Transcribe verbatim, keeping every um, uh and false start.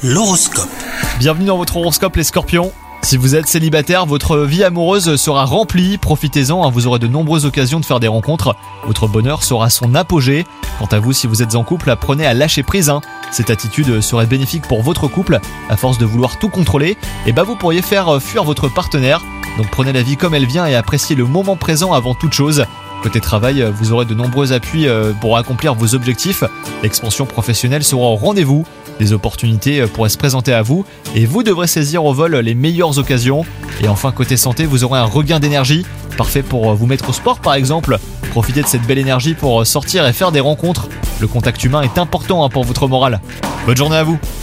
L'horoscope. Bienvenue dans votre horoscope les scorpions. Si vous êtes célibataire, votre vie amoureuse sera remplie, profitez-en, hein, vous aurez de nombreuses occasions de faire des rencontres. Votre bonheur sera son apogée. Quant à vous, si vous êtes en couple, apprenez à lâcher prise. Hein. Cette attitude serait bénéfique pour votre couple. À force de vouloir tout contrôler, et bah vous pourriez faire fuir votre partenaire. Donc prenez la vie comme elle vient et appréciez le moment présent avant toute chose. Côté travail, vous aurez de nombreux appuis pour accomplir vos objectifs. L'expansion professionnelle sera au rendez-vous. Des opportunités pourraient se présenter à vous et vous devrez saisir au vol les meilleures occasions. Et enfin, côté santé, vous aurez un regain d'énergie, parfait pour vous mettre au sport par exemple. Profitez de cette belle énergie pour sortir et faire des rencontres. Le contact humain est important pour votre morale. Bonne journée à vous.